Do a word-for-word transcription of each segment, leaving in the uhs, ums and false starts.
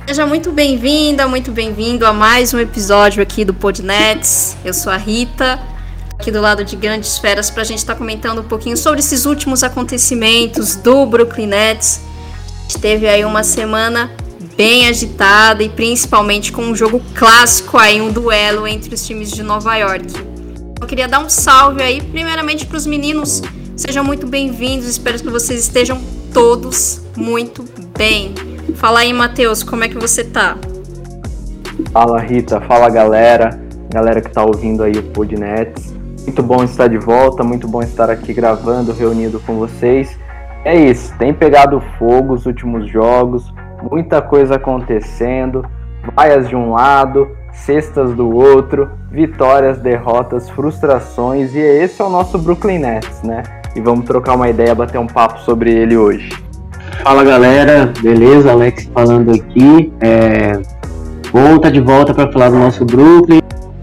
Seja muito bem-vinda, muito bem-vindo a mais um episódio aqui do Podnets. Eu sou a Rita, aqui do lado de Grandes Feras, para a gente estar tá comentando um pouquinho sobre esses últimos acontecimentos do Brooklyn Nets. A gente teve aí uma semana bem agitada e principalmente com um jogo clássico aí, um duelo entre os times de Nova York. Eu queria dar um salve aí, primeiramente para os meninos. Sejam muito bem-vindos, espero que vocês estejam todos muito bem. Fala aí, Matheus, como é que você tá? Fala, Rita, fala, galera, galera que tá ouvindo aí o Podnets. Muito bom estar de volta, muito bom estar aqui gravando, reunido com vocês. É isso, tem pegado fogo os últimos jogos, muita coisa acontecendo, vaias de um lado, cestas do outro, vitórias, derrotas, frustrações, e esse é o nosso Brooklyn Nets, né? E vamos trocar uma ideia, bater um papo sobre ele hoje. Fala, galera, beleza? Alex falando aqui. É... Bom, tá de volta para falar do nosso Brooklyn.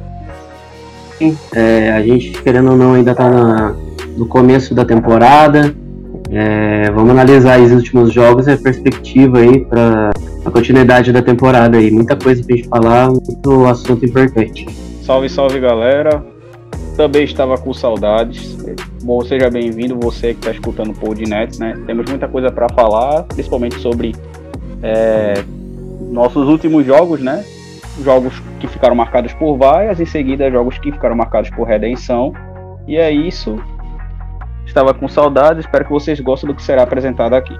É, a gente, querendo ou não, ainda tá na... no começo da temporada. É... Vamos analisar os últimos jogos e a perspectiva aí para a continuidade da temporada aí. Muita coisa pra gente falar, muito assunto importante. Salve, salve, galera. Também estava com saudades. Bom, seja bem-vindo, você que está escutando o Podnets, né? Temos muita coisa para falar, principalmente sobre é, nossos últimos jogos, né? Jogos que ficaram marcados por vaias, em seguida jogos que ficaram marcados por redenção. E é isso. Estava com saudades, espero que vocês gostem do que será apresentado aqui.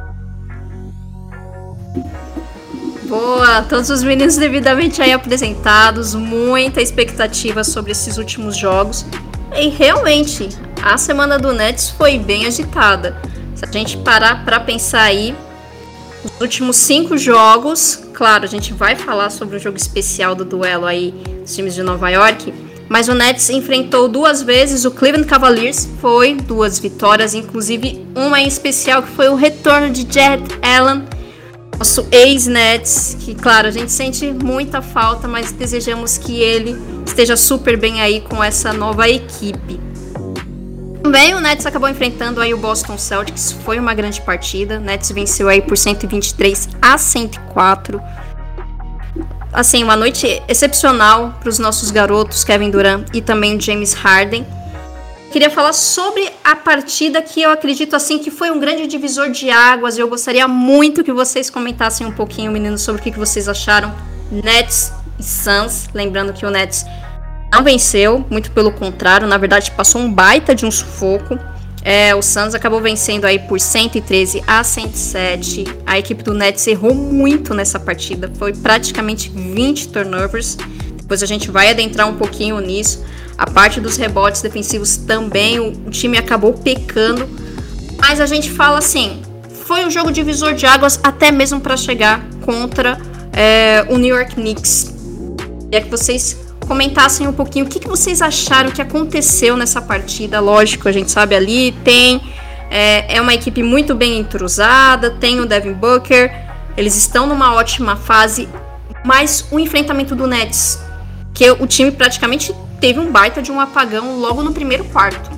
Boa, todos os meninos devidamente aí apresentados, muita expectativa sobre esses últimos jogos. E realmente, a semana do Nets foi bem agitada. Se a gente parar para pensar aí, os últimos cinco jogos, claro, a gente vai falar sobre o jogo especial do duelo aí dos times de Nova York, mas o Nets enfrentou duas vezes o Cleveland Cavaliers, foi duas vitórias, inclusive uma em especial que foi o retorno de Jarrett Allen, nosso ex-Nets, que claro, a gente sente muita falta, mas desejamos que ele esteja super bem aí com essa nova equipe. Também o Nets acabou enfrentando aí o Boston Celtics, foi uma grande partida, o Nets venceu aí por cento e vinte e três a cento e quatro. Assim, uma noite excepcional para os nossos garotos Kevin Durant e também James Harden. Queria falar sobre a partida que eu acredito assim que foi um grande divisor de águas. Eu gostaria muito que vocês comentassem um pouquinho, meninos, sobre o que vocês acharam. Nets e Suns, lembrando que o Nets não venceu, muito pelo contrário, na verdade passou um baita de um sufoco. É, o Suns acabou vencendo aí por cento e treze a cento e sete. A equipe do Nets errou muito nessa partida, foi praticamente vinte turnovers. Depois a gente vai adentrar um pouquinho nisso. A parte dos rebotes defensivos também, o, o time acabou pecando. Mas a gente fala assim, foi um jogo divisor de águas até mesmo para chegar contra é, o New York Knicks. Queria que vocês comentassem um pouquinho o que, que vocês acharam que aconteceu nessa partida. Lógico, a gente sabe ali, tem é, é uma equipe muito bem entrosada, tem o Devin Booker, eles estão numa ótima fase, mas o enfrentamento do Nets, que o time praticamente teve um baita de um apagão logo no primeiro quarto.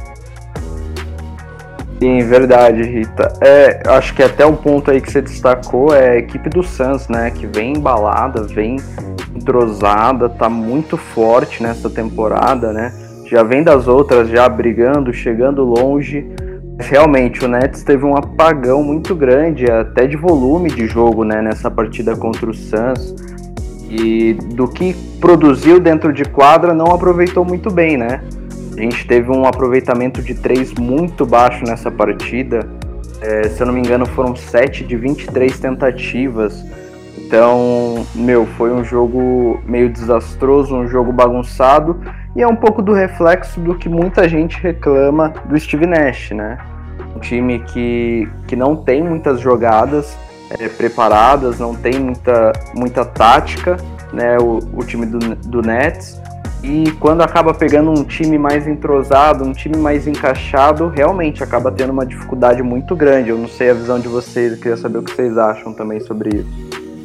Sim, verdade, Rita. É, acho que até o ponto aí que você destacou é a equipe do Suns, né? Que vem embalada, vem entrosada, tá muito forte nessa temporada, né? Já vem das outras, já brigando, chegando longe. Realmente, o Nets teve um apagão muito grande, até de volume de jogo, né? Nessa partida contra o Suns. E do que produziu dentro de quadra não aproveitou muito bem, né? A gente teve um aproveitamento de três muito baixo nessa partida. É, se eu não me engano, foram sete de vinte e três tentativas. Então, meu, foi um jogo meio desastroso, um jogo bagunçado. E é um pouco do reflexo do que muita gente reclama do Steve Nash, né? Um time que, que não tem muitas jogadas É, preparadas, não tem muita, muita tática, né, o, o time do, do Nets, e quando acaba pegando um time mais entrosado, um time mais encaixado, realmente acaba tendo uma dificuldade muito grande. Eu não sei a visão de vocês, eu queria saber o que vocês acham também sobre isso.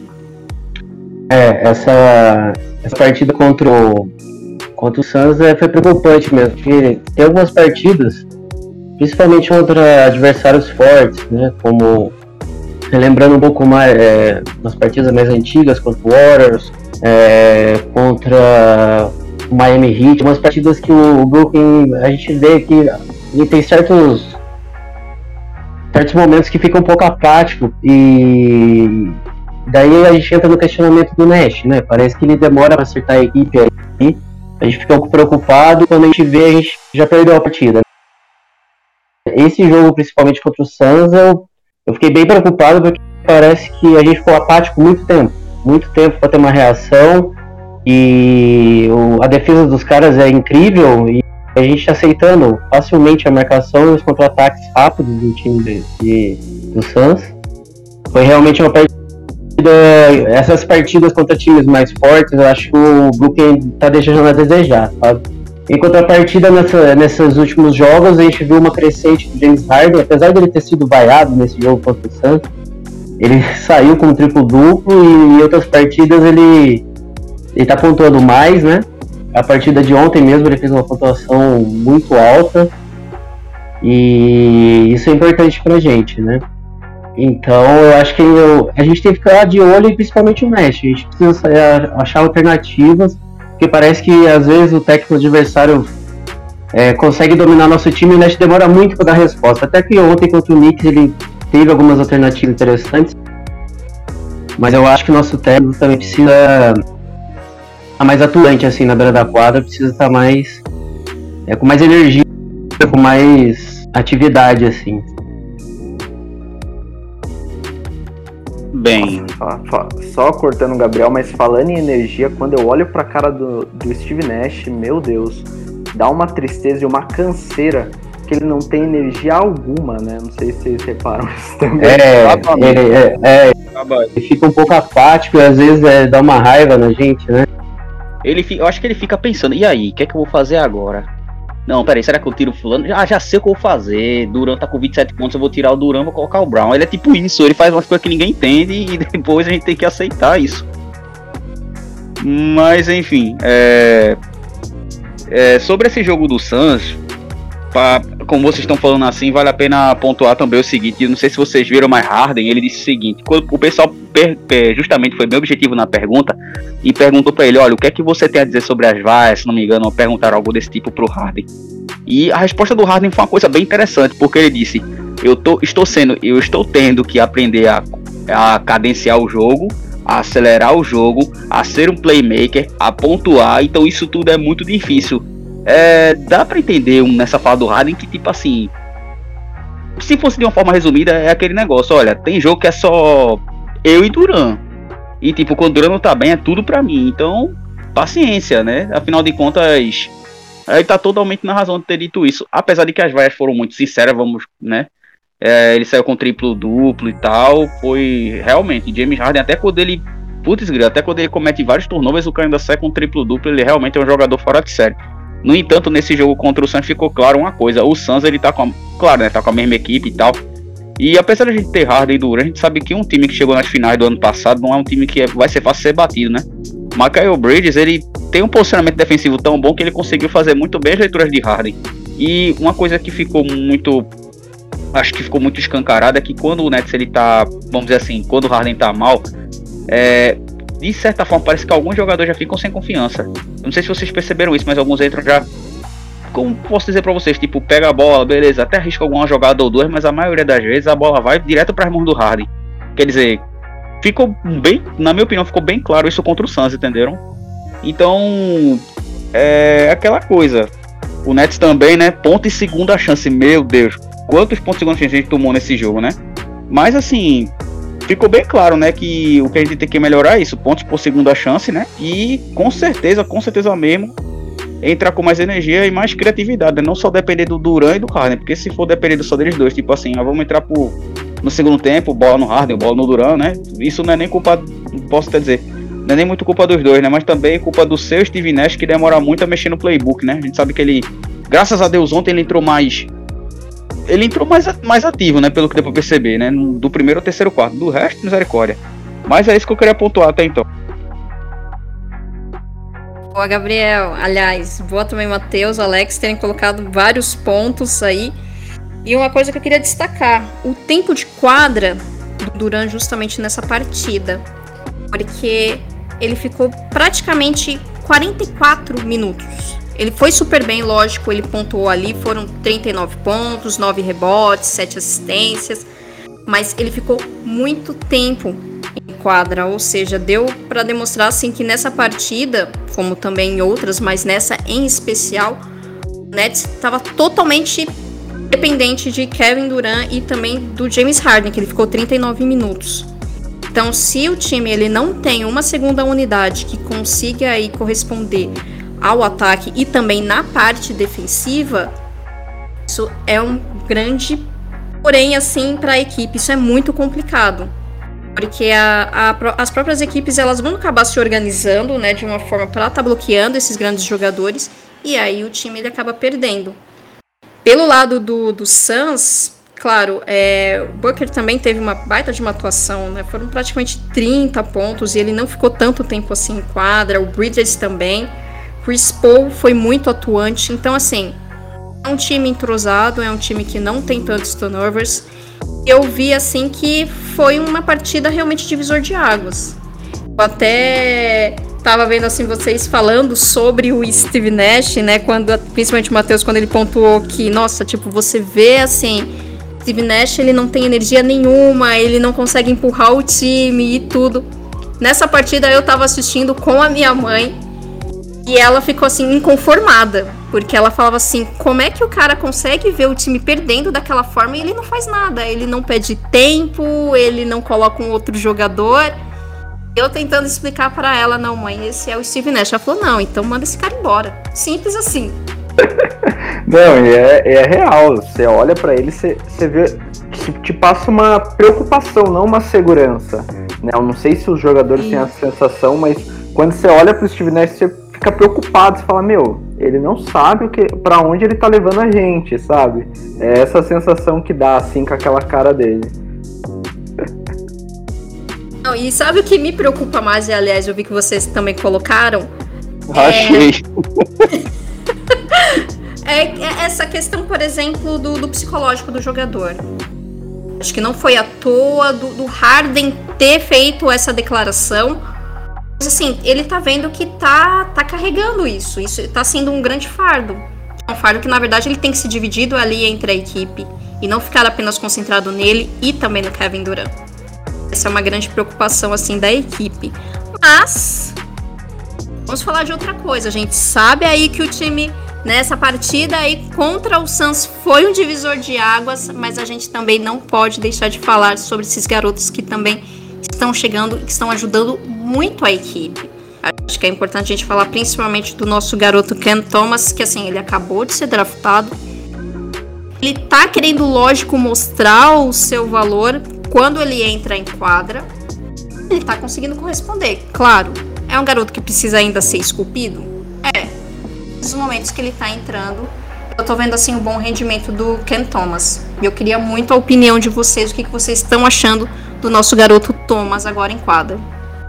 É, essa, essa partida contra o, contra o Suns é, foi preocupante mesmo, porque tem algumas partidas, principalmente contra adversários fortes, né, como relembrando um pouco mais é, nas partidas mais antigas contra o Warriors, é, contra o Miami Heat, umas partidas que o, o Brooklyn, a gente vê que ele tem certos certos momentos que fica um pouco apático, e daí a gente entra no questionamento do Nash, né? Parece que ele demora para acertar a equipe aí, a gente fica um pouco preocupado, e quando a gente vê, a gente já perdeu a partida. Esse jogo, principalmente contra o Suns, eu, eu fiquei bem preocupado, porque parece que a gente ficou apático muito tempo, muito tempo para ter uma reação, e o, a defesa dos caras é incrível, e a gente aceitando facilmente a marcação e os contra-ataques rápidos do time de, de, do Suns. Foi realmente uma partida. Essas partidas contra times mais fortes, eu acho que o Brooklyn tá deixando a desejar, sabe? Em contrapartida, nessa, nesses últimos jogos, a gente viu uma crescente do James Harden, apesar de ele ter sido vaiado nesse jogo contra o Suns, ele saiu com um triplo-duplo, e em outras partidas ele, ele tá pontuando mais, né? A partida de ontem mesmo ele fez uma pontuação muito alta, e isso é importante pra gente, né? Então eu acho que eu, a gente tem que ficar de olho, e principalmente o Nash, a gente precisa achar alternativas, porque parece que às vezes o técnico adversário é, consegue dominar nosso time, e o Nash demora muito para dar resposta. Até que ontem contra o Knicks ele teve algumas alternativas interessantes, mas eu acho que o nosso técnico também precisa estar mais atuante assim na beira da quadra, precisa estar mais é, com mais energia, com mais atividade assim. Bem, só cortando o Gabriel, mas falando em energia, quando eu olho pra cara do, do Steve Nash, meu Deus, dá uma tristeza e uma canseira, que ele não tem energia alguma, né? Não sei se vocês reparam isso também. É, ele, é, é, ele fica um pouco apático e às vezes é, dá uma raiva na gente, né? Ele, eu acho que ele fica pensando, e aí, o que é que eu vou fazer agora? Não, peraí, será que eu tiro fulano? Ah, já sei o que eu vou fazer. Duran tá com vinte e sete pontos, eu vou tirar o Duran, vou colocar o Brown. Ele é tipo isso, ele faz umas coisas que ninguém entende e depois a gente tem que aceitar isso. Mas enfim, é... É, sobre esse jogo do Suns, pra... como vocês estão falando assim, vale a pena pontuar também o seguinte. Eu não sei se vocês viram, mas Harden, ele disse o seguinte, quando o pessoal per... justamente foi meu objetivo na pergunta, e perguntou pra ele, olha, o que é que você tem a dizer sobre as vaias, se não me engano, perguntaram algo desse tipo pro Harden. E a resposta do Harden foi uma coisa bem interessante, porque ele disse, eu, tô, estou, sendo, eu estou tendo que aprender a, a cadenciar o jogo, a acelerar o jogo, a ser um playmaker, a pontuar, então isso tudo é muito difícil. É, dá pra entender um, nessa fala do Harden que tipo assim, se fosse de uma forma resumida, é aquele negócio, olha, tem jogo que é só eu e Duran, e tipo, quando o Duran não tá bem é tudo pra mim, então paciência, né, afinal de contas ele tá totalmente na razão de ter dito isso, apesar de que as vaias foram muito sinceras, vamos, né, é, ele saiu com triplo duplo e tal, foi realmente, James Harden, até quando ele putz, até quando ele comete vários turnovers, o cara ainda sai com triplo duplo, ele realmente é um jogador fora de série. No entanto, nesse jogo contra o Suns ficou claro uma coisa, o Suns ele tá com a, claro, né, tá com a mesma equipe e tal, e apesar de a gente ter Harden e Durant, a gente sabe que um time que chegou nas finais do ano passado não é um time que é, vai ser fácil ser batido, né? Mikal Bridges, ele tem um posicionamento defensivo tão bom que ele conseguiu fazer muito bem as leituras de Harden, e uma coisa que ficou muito, acho que ficou muito escancarada é que quando o Nets ele tá, vamos dizer assim, quando o Harden tá mal, é... de certa forma parece que alguns jogadores já ficam sem confiança. Eu não sei se vocês perceberam isso, mas alguns entram já, como posso dizer pra vocês, tipo, pega a bola, beleza, até arrisca alguma jogada ou duas, mas a maioria das vezes a bola vai direto para as mãos do Harden. Quer dizer, ficou bem, na minha opinião, ficou bem claro isso contra o Suns, entenderam? Então, é aquela coisa, o Nets também, né, ponto e segunda chance, meu Deus, quantos pontos e segunda chance a gente tomou nesse jogo, né? Mas assim, ficou bem claro, né, que o que a gente tem que melhorar é isso, pontos por segunda chance, né, e com certeza, com certeza mesmo, entrar com mais energia e mais criatividade, né? Não só depender do Duran e do Harden, porque se for depender só deles dois, tipo assim, ah, vamos entrar pro, no segundo tempo, bola no Harden, bola no Duran, né, isso não é nem culpa, posso até dizer, não é nem muito culpa dos dois, né, mas também culpa do seu Steve Nash, que demora muito a mexer no playbook, né, a gente sabe que ele, graças a Deus, ontem ele entrou mais... Ele entrou mais, mais ativo, né? Pelo que deu pra perceber, né? Do primeiro ao terceiro quarto. Do resto, misericórdia. Mas é isso que eu queria pontuar até então. Boa, Gabriel. Aliás, boa também Matheus, Alex, terem colocado vários pontos aí. E uma coisa que eu queria destacar. O tempo de quadra do Durant justamente nessa partida, porque ele ficou praticamente quarenta e quatro minutos. Ele foi super bem, lógico, ele pontuou ali, foram trinta e nove pontos, nove rebotes, sete assistências, mas ele ficou muito tempo em quadra, ou seja, deu para demonstrar assim que nessa partida, como também em outras, mas nessa em especial, o Nets estava totalmente dependente de Kevin Durant e também do James Harden, que ele ficou trinta e nove minutos. Então, se o time ele não tem uma segunda unidade que consiga aí corresponder ao ataque e também na parte defensiva, isso é um grande porém assim para a equipe, isso é muito complicado, porque a, a, as próprias equipes elas vão acabar se organizando, né, de uma forma para estar tá bloqueando esses grandes jogadores, e aí o time ele acaba perdendo. Pelo lado do, do Suns, claro, é, o Booker também teve uma baita de uma atuação, né, foram praticamente trinta pontos e ele não ficou tanto tempo assim em quadra, o Bridges também. Chris Paul foi muito atuante, então assim, é um time entrosado, é um time que não tem tantos turnovers. Eu vi assim que foi uma partida realmente divisor de águas. Eu até tava vendo assim vocês falando sobre o Steve Nash, né, quando, principalmente o Matheus, quando ele pontuou que, nossa, tipo, você vê assim, Steve Nash ele não tem energia nenhuma, ele não consegue empurrar o time e tudo. Nessa partida eu tava assistindo com a minha mãe, e ela ficou assim, inconformada, porque ela falava assim, como é que o cara consegue ver o time perdendo daquela forma e ele não faz nada, ele não pede tempo, ele não coloca um outro jogador. Eu tentando explicar pra ela, não mãe, esse é o Steve Nash. Ela falou, não, então manda esse cara embora, simples assim. Não, é, é real, você olha pra ele, você, você vê, te passa uma preocupação, não uma segurança, né? Eu não sei se os jogadores e... têm a sensação, mas quando você olha pro Steve Nash, você fica preocupado, você fala, meu, ele não sabe o que, pra onde ele tá levando a gente, sabe? É essa sensação que dá, assim, com aquela cara dele. Não, e sabe o que me preocupa mais, e aliás, eu vi que vocês também colocaram? Achei. É... é essa questão, por exemplo, do, do psicológico do jogador. Acho que não foi à toa do, do Harden ter feito essa declaração. Mas assim, ele tá vendo que tá, tá carregando isso. Isso tá sendo um grande fardo. É um fardo que, na verdade, ele tem que ser dividido ali entre a equipe. E não ficar apenas concentrado nele e também no Kevin Durant. Essa é uma grande preocupação, assim, da equipe. Mas, vamos falar de outra coisa. A gente sabe aí que o time, nessa partida aí contra o Suns, foi um divisor de águas. Mas a gente também não pode deixar de falar sobre esses garotos que também estão chegando e que estão ajudando muito a equipe. Acho que é importante a gente falar principalmente do nosso garoto Cam Thomas, que assim, ele acabou de ser draftado. Ele tá querendo, lógico, mostrar o seu valor quando ele entra em quadra. Ele tá conseguindo corresponder. Claro, é um garoto que precisa ainda ser esculpido? É. Nos momentos que ele tá entrando, eu tô vendo assim o bom rendimento do Cam Thomas. E eu queria muito a opinião de vocês, o que, que vocês estão achando do nosso garoto Thomas agora em quadra.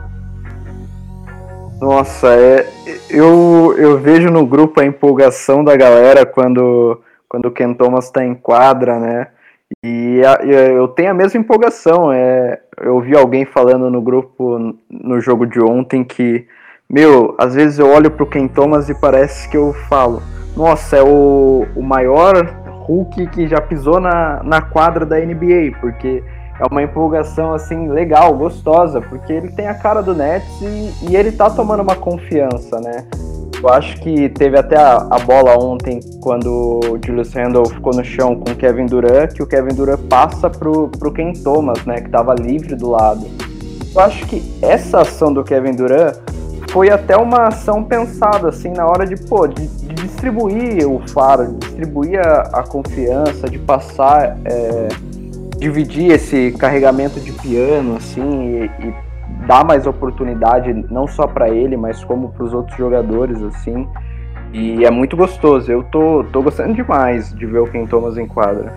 Nossa, é, eu, eu vejo no grupo a empolgação da galera quando, quando o Cam Thomas tá em quadra, né? E a, eu tenho a mesma empolgação. É, eu vi alguém falando no grupo no jogo de ontem que, meu, às vezes eu olho pro Cam Thomas e parece que eu falo, nossa, é o, o maior Hulk que já pisou na, na quadra da N B A, porque é uma empolgação, assim, legal, gostosa, porque ele tem a cara do Nets e, e ele tá tomando uma confiança, né? Eu acho que teve até a, a bola ontem, quando o Julius Randle ficou no chão com o Kevin Durant, que o Kevin Durant passa pro, pro Cam Thomas, né, que tava livre do lado. Eu acho que essa ação do Kevin Durant foi até uma ação pensada, assim, na hora de, pô, de, de distribuir o faro, de distribuir a, a confiança, de passar... É, dividir esse carregamento de piano, assim, e, e dar mais oportunidade, não só para ele, mas como para os outros jogadores, assim, e é muito gostoso. Eu tô, tô gostando demais de ver o Cam Thomas em quadra.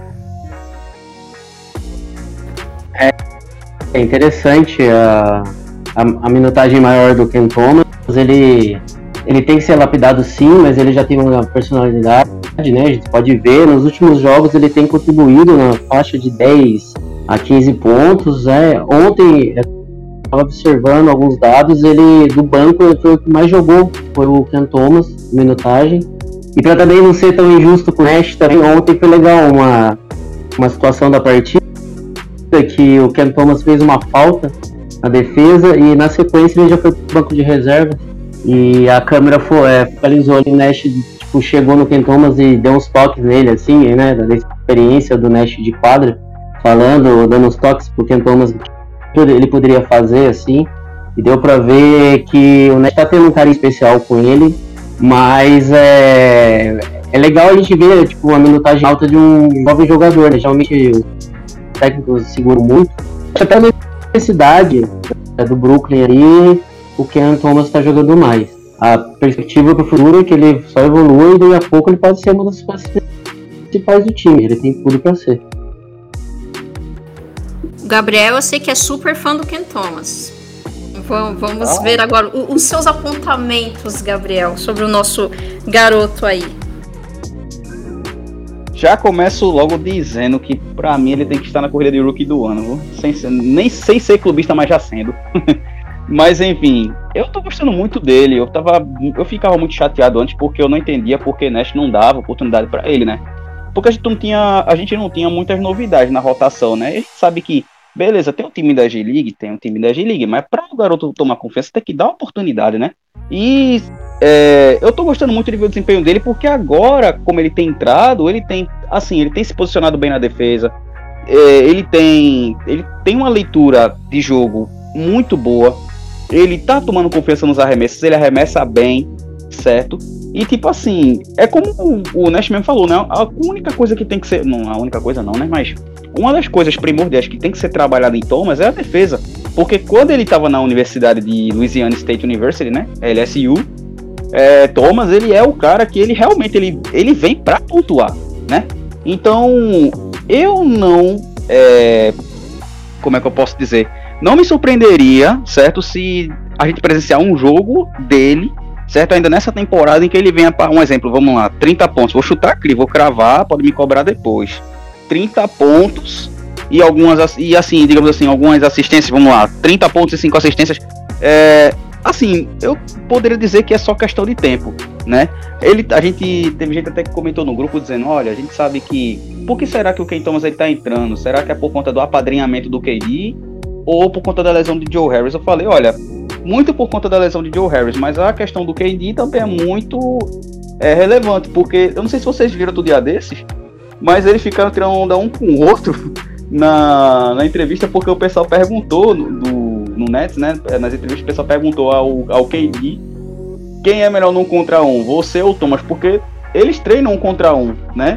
É, é interessante a, a, a minutagem maior do Cam Thomas. Ele, ele tem que ser lapidado sim, mas ele já tem uma personalidade, né? A gente pode ver, nos últimos jogos ele tem contribuído na faixa de dez, a quinze pontos. É, ontem, estava observando alguns dados, ele do banco foi o que mais jogou, foi o Cam Thomas, minutagem. E para também não ser tão injusto com o Nash, também ontem foi legal uma, uma situação da partida, que o Cam Thomas fez uma falta na defesa e na sequência ele já foi pro banco de reserva e a câmera foi, é, focalizou ali, o Nash tipo, chegou no Cam Thomas e deu uns toques nele, assim, né, da experiência do Nash de quadra, falando, dando uns toques pro Cam Thomas, ele poderia fazer, assim, e deu pra ver que o Nash tá tendo um carinho especial com ele, mas é, é legal a gente ver, tipo, a minutagem alta de um jovem jogador, né, geralmente os técnicos seguram muito, até na necessidade do Brooklyn ali, o Cam Thomas está jogando mais. A perspectiva para o futuro é que ele só evolua e daqui a pouco ele pode ser uma das principais do time. Ele tem tudo para ser. Gabriel, eu sei que é super fã do Cam Thomas. Vamos ah. ver agora os seus apontamentos, Gabriel, sobre o nosso garoto aí. Já começo logo dizendo que pra mim ele tem que estar na corrida de rookie do ano, viu? Sem ser, nem sem ser clubista, mas já sendo. Mas enfim, eu tô gostando muito dele. Eu, tava, eu ficava muito chateado antes porque eu não entendia porque Nash não dava oportunidade pra ele, né? Porque a gente não tinha, a gente não tinha muitas novidades na rotação, né? A gente sabe que, beleza, tem um time da G-League, tem um time da G-League, mas pra o garoto tomar confiança tem que dar oportunidade, né? E é, eu tô gostando muito de ver o desempenho dele porque agora, como ele tem entrado, ele tem, assim, ele tem se posicionado bem na defesa, é, ele tem ele tem uma leitura de jogo muito boa, ele tá tomando confiança nos arremessos, ele arremessa bem, certo? E tipo assim, é como o, o Nash mesmo falou, né? A única coisa que tem que ser, não a única coisa não, né? Mas uma das coisas primordiais que tem que ser trabalhada em Thomas é a defesa. Porque quando ele estava na Universidade de Louisiana State University, né, L S U, é, Thomas, ele é o cara que ele realmente ele, ele vem para pontuar, né? Então, eu não, é, como é que eu posso dizer? Não me surpreenderia, certo, se a gente presenciar um jogo dele, certo, ainda nessa temporada em que ele venha para, um exemplo, vamos lá, trinta pontos, vou chutar aqui, vou cravar, pode me cobrar depois, trinta pontos, e algumas, e assim, digamos assim, algumas assistências, vamos lá, trinta pontos e cinco assistências, é, assim, eu poderia dizer que é só questão de tempo, né? Ele, a gente, teve gente até que comentou no grupo dizendo, olha, a gente sabe que, por que será que o Cam Thomas ele tá entrando? Será que é por conta do apadrinhamento do K D ou por conta da lesão de Joe Harris? Eu falei, olha, muito por conta da lesão de Joe Harris, mas a questão do K D também é muito é, relevante, porque, eu não sei se vocês viram do dia desses, mas eles ficaram tirando onda um com o outro, Na, na entrevista, porque o pessoal perguntou no, no, no Nets, né? Nas entrevistas o pessoal perguntou ao, ao K D quem é melhor num contra um, você ou o Thomas, porque eles treinam um contra um, né?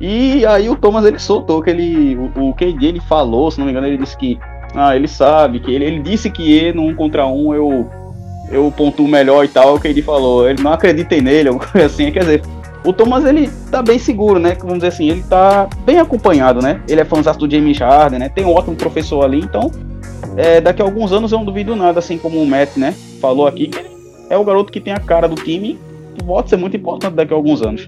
E aí o Thomas ele soltou que ele, o, o K D ele falou, se não me engano, ele disse que ah, ele sabe, que ele, ele disse que ele, num contra um eu, eu pontuo melhor e tal. O K D falou, ele não acreditem nele, alguma coisa assim, quer dizer. O Thomas, ele tá bem seguro, né? Vamos dizer assim, ele tá bem acompanhado, né? Ele é fãzão do James Harden, né? Tem um ótimo professor ali, então é, daqui a alguns anos eu não duvido nada, assim como o Matt, né? Falou aqui, que ele é o garoto que tem a cara do time e pode ser muito importante daqui a alguns anos.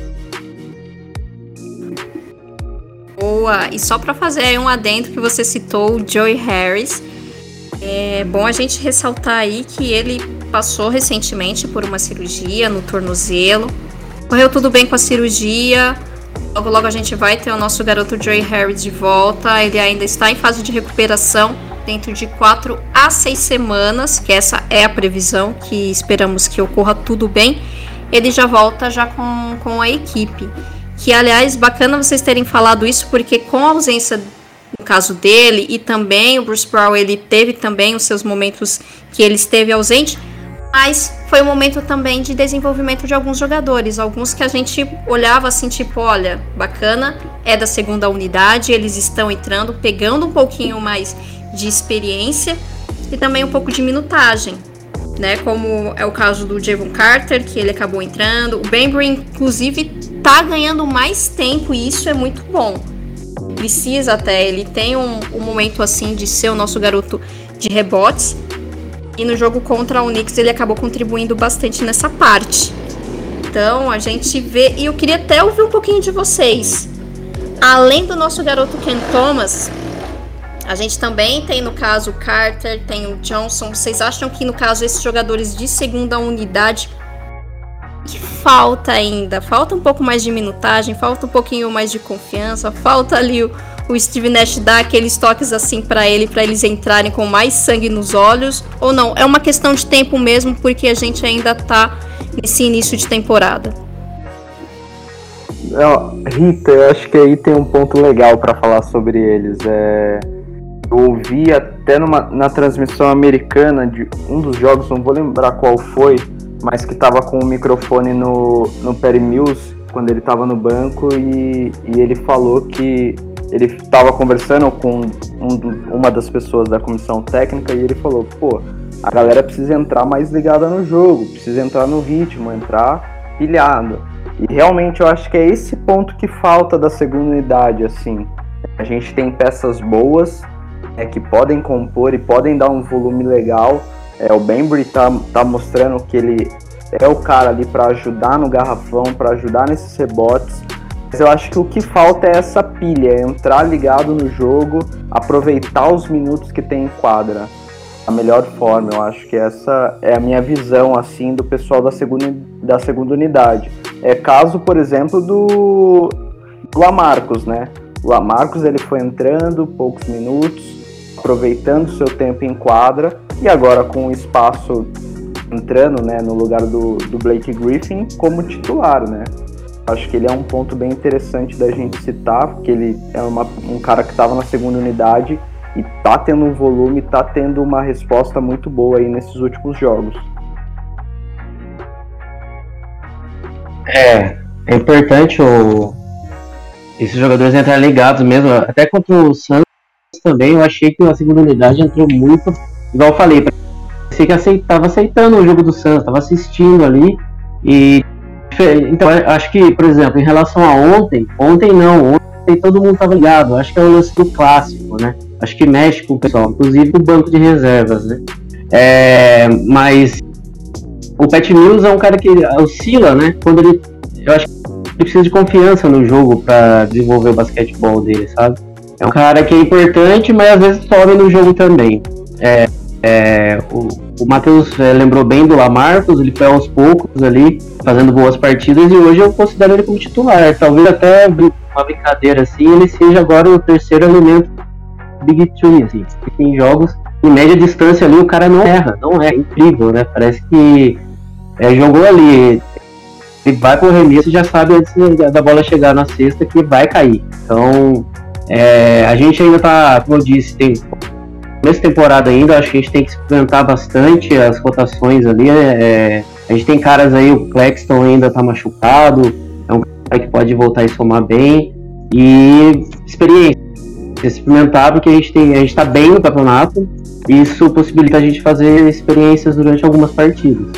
Boa! E só pra fazer aí um adendo que você citou, o Joe Harris, é bom a gente ressaltar aí que ele passou recentemente por uma cirurgia no tornozelo. Correu tudo bem com a cirurgia, logo logo a gente vai ter o nosso garoto Joe Harris de volta, ele ainda está em fase de recuperação, dentro de quatro a seis semanas, que essa é a previsão, que esperamos que ocorra tudo bem, ele já volta já com, com a equipe, que aliás, bacana vocês terem falado isso, porque com a ausência, no caso dele, e também o Bruce Brown, ele teve também os seus momentos que ele esteve ausente, mas foi um momento também de desenvolvimento de alguns jogadores, alguns que a gente olhava assim, tipo, olha, bacana, é da segunda unidade, eles estão entrando, pegando um pouquinho mais de experiência e também um pouco de minutagem, né, como é o caso do Javon Carter, que ele acabou entrando, o Bembry, inclusive, tá ganhando mais tempo e isso é muito bom, precisa até, ele tem um, um momento assim de ser o nosso garoto de rebotes. E no jogo contra o Knicks ele acabou contribuindo bastante nessa parte. Então a gente vê, e eu queria até ouvir um pouquinho de vocês. Além do nosso garoto Cam Thomas, A gente também tem, no caso, o Carter, tem o Johnson. Vocês acham que, no caso, esses jogadores de segunda unidade, que falta ainda? Falta um pouco mais de minutagem, falta um pouquinho mais de confiança, falta ali o, o Steve Nash dar aqueles toques assim pra ele, pra eles entrarem com mais sangue nos olhos? Ou não? É uma questão de tempo mesmo, porque a gente ainda tá nesse início de temporada. Rita, eu acho que aí tem um ponto legal pra falar sobre eles. É... Eu ouvi até numa, na transmissão americana de um dos jogos, não vou lembrar qual foi, mas que tava com o microfone no, no Perry Mills, quando ele tava no banco, e, e ele falou que ele estava conversando com um, uma das pessoas da comissão técnica, e ele falou, pô, a galera precisa entrar mais ligada no jogo, precisa entrar no ritmo, entrar pilhado. E realmente eu acho que é esse ponto que falta da segunda unidade, assim. A gente tem peças boas, é, que podem compor e podem dar um volume legal. É, o Bembry tá, tá mostrando que ele é o cara ali para ajudar no garrafão, para ajudar nesses rebotes. Mas eu acho que o que falta é essa pilha, é entrar ligado no jogo, aproveitar os minutos que tem em quadra da melhor forma. Eu acho que essa é a minha visão assim do pessoal da segunda, da segunda unidade. É caso, por exemplo, do, do Lamarcus, né? O Lamarcus, ele foi entrando poucos minutos, aproveitando o seu tempo em quadra, e agora com o espaço entrando, né, no lugar do, do Blake Griffin como titular, né? Acho que ele é um ponto bem interessante da gente citar, porque ele é uma, um cara que estava na segunda unidade e tá tendo um volume, tá tendo uma resposta muito boa aí nesses últimos jogos. É, é importante o, esses jogadores entrarem ligados mesmo, até contra o Santos também, eu achei que a segunda unidade entrou muito, igual eu falei, parecia que aceitava, aceitando o jogo do Santos, estava assistindo ali, e então acho que, por exemplo, em relação a ontem, ontem não, ontem todo mundo estava ligado, acho que é o lance do clássico, né, acho que mexe com o pessoal, inclusive o banco de reservas, né, é, mas o Pat Mills é um cara que oscila, né, quando ele, eu acho que ele precisa de confiança no jogo para desenvolver o basquetebol dele, sabe? É um cara que é importante, mas às vezes some no jogo também. É, é, o o Matheus é, lembrou bem do Lamarcus, ele foi aos poucos ali, fazendo boas partidas, e hoje eu considero ele como titular. Talvez até uma brincadeira assim, ele seja agora o terceiro elemento Big Three, assim. Em jogos, em média distância ali, o cara não erra, não é incrível, né? Parece que é, jogou ali, ele vai pro arremesso e já sabe antes da bola chegar na cesta que vai cair. Então, é, a gente ainda tá, como eu disse, tem nessa temporada ainda, acho que a gente tem que experimentar bastante as rotações ali. É, a gente tem caras aí, o Claxton ainda tá machucado, é um cara que pode voltar e somar bem, e experiência, experimentar, porque a gente tem, a gente tá bem no campeonato, e isso possibilita a gente fazer experiências durante algumas partidas.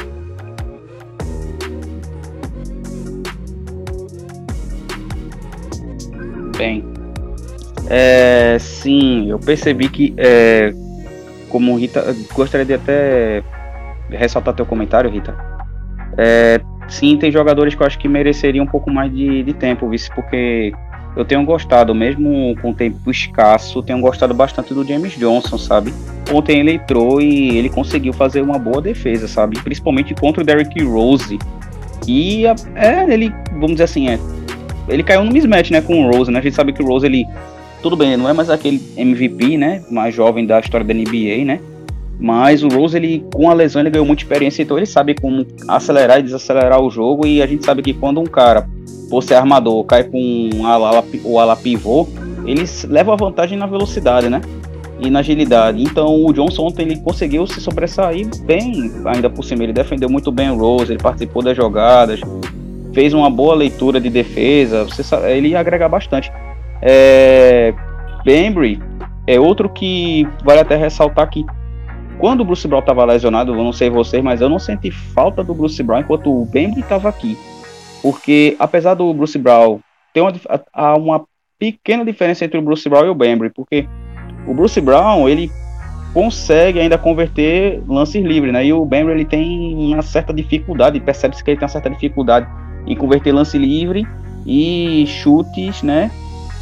Bem, é, sim, eu percebi que, é, como Rita, gostaria de até ressaltar teu comentário, Rita. É, sim, tem jogadores que eu acho que mereceriam um pouco mais de, de tempo, vice, porque eu tenho gostado, mesmo com tempo escasso, tenho gostado bastante do James Johnson, sabe? Ontem ele entrou e ele conseguiu fazer uma boa defesa, sabe? Principalmente contra o Derrick Rose. E é, ele, vamos dizer assim, é, ele caiu no mismatch, né, com o Rose, né? A gente sabe que o Rose, ele, tudo bem, não é mais aquele M V P, né, mais jovem da história da N B A, né? Mas o Rose, ele, com a lesão, ele ganhou muita experiência, então ele sabe como acelerar e desacelerar o jogo, e a gente sabe que quando um cara, por ser armador, cai com um ala, o ala pivô, eles levam a vantagem na velocidade, né? E na agilidade. Então o Johnson ontem ele conseguiu se sobressair bem, ainda por cima. Ele defendeu muito bem o Rose, ele participou das jogadas, fez uma boa leitura de defesa, você sabe, ele ia agregar bastante. É, Bembry é outro que vale até ressaltar que quando o Bruce Brown estava lesionado, eu não sei vocês, mas eu não senti falta do Bruce Brown enquanto o Bembry estava aqui. Porque apesar do Bruce Brown ter uma, há uma pequena diferença entre o Bruce Brown e o Bembry, porque o Bruce Brown ele consegue ainda converter lances livres, né? E o Bembry ele tem uma certa dificuldade, percebe-se que ele tem uma certa dificuldade em converter lance livre e chutes, né?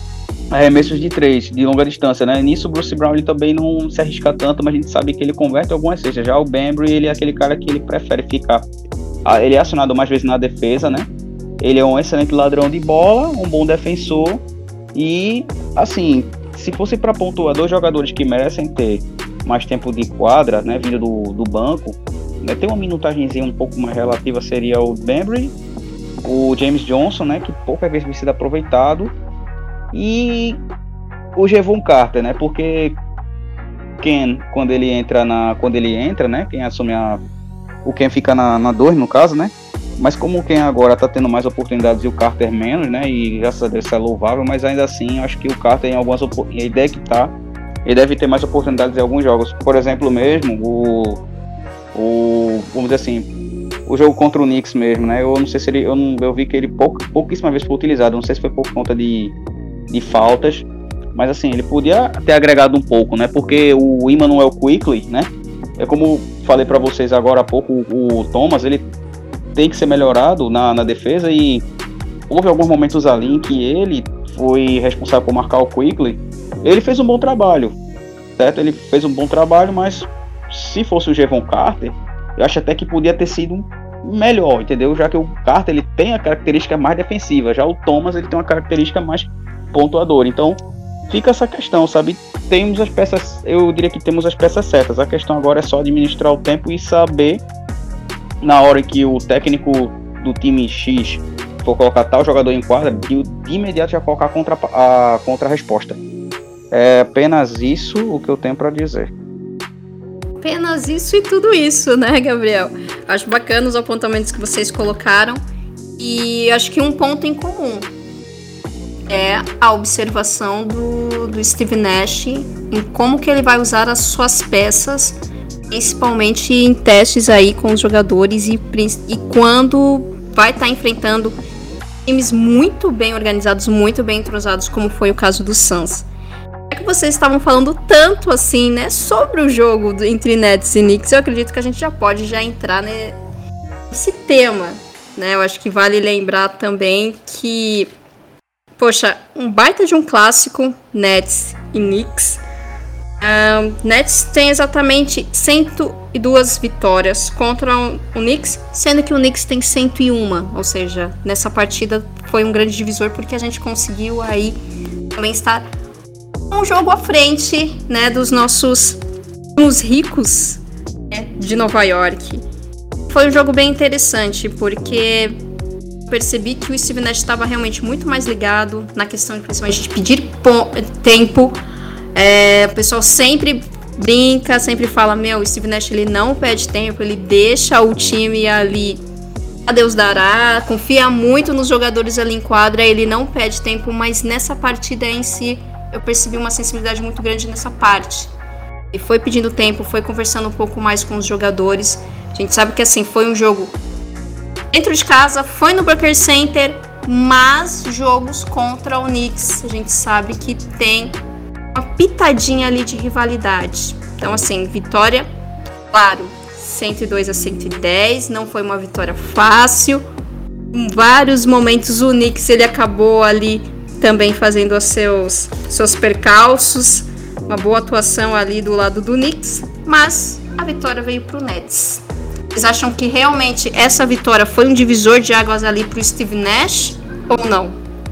arremessos de três, de longa distância, né? Nisso o Bruce Brown ele também não se arrisca tanto, mas a gente sabe que ele converte algumas cestas. Já o Bembry, ele é aquele cara que ele prefere ficar, ele é acionado mais vezes na defesa, né? Ele é um excelente ladrão de bola, um bom defensor e, assim, se fosse para pontuar dois jogadores que merecem ter mais tempo de quadra, né, vindo do, do banco, né, ter uma minutagenzinha um pouco mais relativa seria o Bembry, o James Johnson, né, que poucas vezes vem sido aproveitado, e o Jevon Carter, né, porque Ken, quando ele entra, na, quando ele entra, né, quem assume a... o Ken fica na dois, no caso, né, mas como o Ken agora tá tendo mais oportunidades e o Carter menos, né, e graças a Deus isso é louvável, mas ainda assim, eu acho que o Carter em algumas oportunidades, a ideia que tá, ele deve ter mais oportunidades em alguns jogos, por exemplo mesmo, o, o vamos dizer assim, o jogo contra o Knicks mesmo, né, eu não sei se ele, eu, não, eu vi que ele pouca, pouquíssima vez foi utilizado, não sei se foi por conta de, de faltas, mas assim, ele podia ter agregado um pouco, né, porque o Immanuel Quickley, né, é como falei para vocês agora há pouco, o, o Thomas, ele tem que ser melhorado na, na defesa e houve alguns momentos ali em que ele foi responsável por marcar o Quickley. Ele fez um bom trabalho, certo? Ele fez um bom trabalho, mas se fosse o Jevon Carter, eu acho até que podia ter sido melhor, entendeu? Já que o Carter ele tem a característica mais defensiva, já o Thomas ele tem uma característica mais pontuadora. Então fica essa questão, sabe? Temos as peças, eu diria que temos as peças certas. A questão agora é só administrar o tempo e saber na hora que o técnico do time X for colocar tal jogador em quadra, de, de imediato já colocar contra a contra-resposta. É apenas isso o que eu tenho para dizer. Apenas isso e tudo isso, né, Gabriel? Acho bacana os apontamentos que vocês colocaram e acho que um ponto em comum é a observação do, do Steve Nash em como que ele vai usar as suas peças, principalmente em testes aí com os jogadores e, e quando vai estar tá enfrentando times muito bem organizados, muito bem entrosados, como foi o caso do Suns. É que vocês estavam falando tanto assim, né, sobre o jogo do, entre Nets e Knicks, eu acredito que a gente já pode já entrar né, nesse tema, né? Eu acho que vale lembrar também que, poxa, um baita de um clássico, Nets e Knicks. Um, Nets tem exatamente cento e duas vitórias contra o Knicks, sendo que o Knicks tem cento e um, ou seja, nessa partida foi um grande divisor porque a gente conseguiu aí também estar um jogo à frente, né, dos nossos os ricos, né, de Nova York. Foi um jogo bem interessante porque percebi que o Steve Nash estava realmente muito mais ligado na questão de, principalmente de pedir po- tempo. É, o pessoal sempre brinca, sempre fala, meu, o Steve Nash ele não pede tempo, ele deixa o time ali a Deus dará, confia muito nos jogadores ali em quadra, ele não pede tempo, mas nessa partida em si eu percebi uma sensibilidade muito grande nessa parte. Ele foi pedindo tempo, foi conversando um pouco mais com os jogadores. A gente sabe que assim, foi um jogo dentro de casa, foi no Barclays Center, mas jogos contra o Knicks, a gente sabe que tem uma pitadinha ali de rivalidade. Então assim, vitória, claro, cento e dois a cento e dez, não foi uma vitória fácil. Em vários momentos o Knicks ele acabou ali também fazendo os seus, seus percalços, uma boa atuação ali do lado do Knicks, mas a vitória veio pro Nets. Vocês acham que realmente essa vitória foi um divisor de águas ali pro Steve Nash ou não?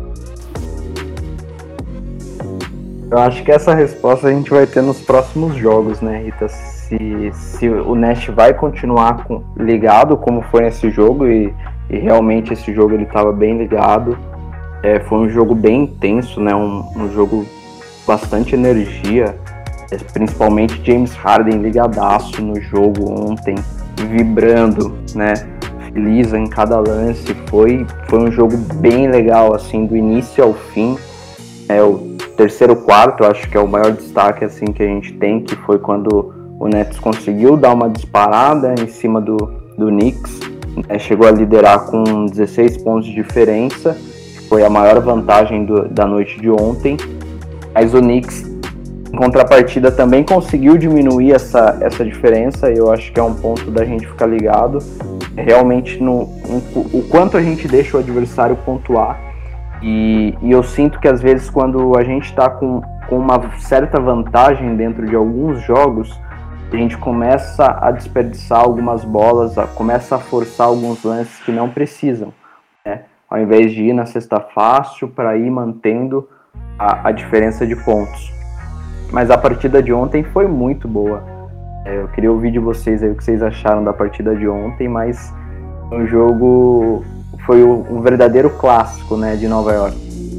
Eu acho que essa resposta a gente vai ter nos próximos jogos, né, Rita? Se, se o Nash vai continuar com, ligado como foi nesse jogo, e, e realmente esse jogo ele estava bem ligado. É, foi um jogo bem intenso, né? um, um jogo bastante energia, é, principalmente James Harden ligadaço no jogo ontem, vibrando, né? Feliz em cada lance. Foi, foi um jogo bem legal, assim, do início ao fim. É, o terceiro quarto, acho que é o maior destaque assim, que a gente tem, que foi quando o Nets conseguiu dar uma disparada em cima do, do Knicks, né? Chegou a liderar com dezesseis pontos de diferença, foi a maior vantagem do, da noite de ontem, mas o Knicks, em contrapartida, também conseguiu diminuir essa, essa diferença, e eu acho que é um ponto da gente ficar ligado, realmente no, no, o quanto a gente deixa o adversário pontuar, E, e eu sinto que às vezes quando a gente está com, com uma certa vantagem dentro de alguns jogos, a gente começa a desperdiçar algumas bolas, a, começa a forçar alguns lances que não precisam, né? Ao invés de ir na cesta fácil para ir mantendo a, a diferença de pontos. Mas a partida de ontem foi muito boa. É, eu queria ouvir de vocês aí o que vocês acharam da partida de ontem, mas o jogo foi um verdadeiro clássico, né, de Nova York.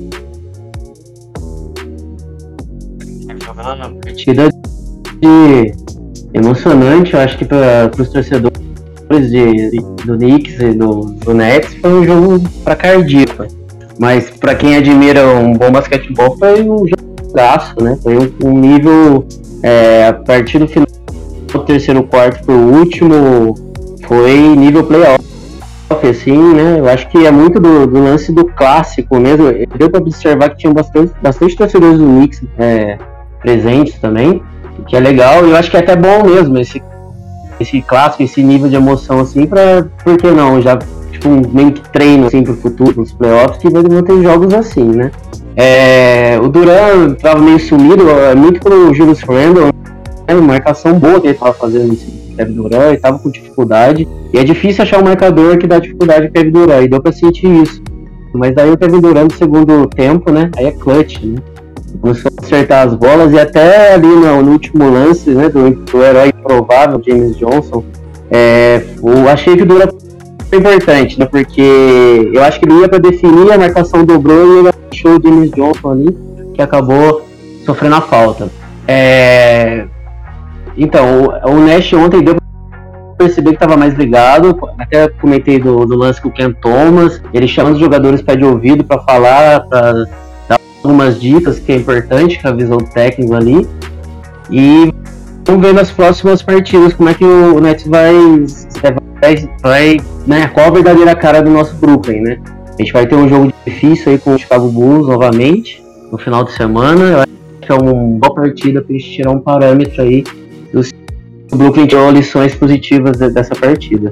Uma partida de emocionante, eu acho que para os torcedores de, de, do Knicks e do, do Nets foi um jogo para cardíaco. Mas para quem admira um bom basquetebol foi um jogaço, né? Foi um, um nível é, a partir do final do terceiro quarto pro último foi nível playoff, assim, né? Eu acho que é muito do, do lance do clássico mesmo. Deu para observar que tinham bastante, bastante torcedores do Knicks é, presentes também, o que é legal. E eu acho que é até bom mesmo esse, esse clássico, esse nível de emoção, assim, para por que não? Já, tipo, um meio que treino, assim, pro futuro, nos playoffs, que vão ter jogos assim, né? É, o Durant tava meio sumido, muito pelo Julius Randle, né? Uma marcação boa que ele tava fazendo nesse Kevin Durant, e tava com dificuldade, e é difícil achar um marcador que dá dificuldade pro Kevin Durant, e deu pra sentir isso. Mas daí o Kevin Durant no segundo tempo, né, aí é clutch, né, começou a acertar as bolas, e até ali no, no último lance, né, do, do herói improvável, James Johnson, é, eu achei que o Durant foi importante, né, porque eu acho que ele ia pra definir, a marcação dobrou, e ele achou o James Johnson ali, que acabou sofrendo a falta. É... Então, o, o Nash ontem deu pra perceber que estava mais ligado. Até comentei do, do lance com o Ken Thomas. Ele chama os jogadores pé de ouvido para falar, para dar algumas dicas que é importante, com a visão técnica ali. E vamos ver nas próximas partidas como é que o Nets vai, vai, vai né, qual a verdadeira cara do nosso Brooklyn, né? A gente vai ter um jogo difícil aí com o Chicago Bulls novamente no final de semana. Eu acho que é uma boa partida para a gente tirar um parâmetro aí. O Brooklyn tirou lições positivas dessa partida.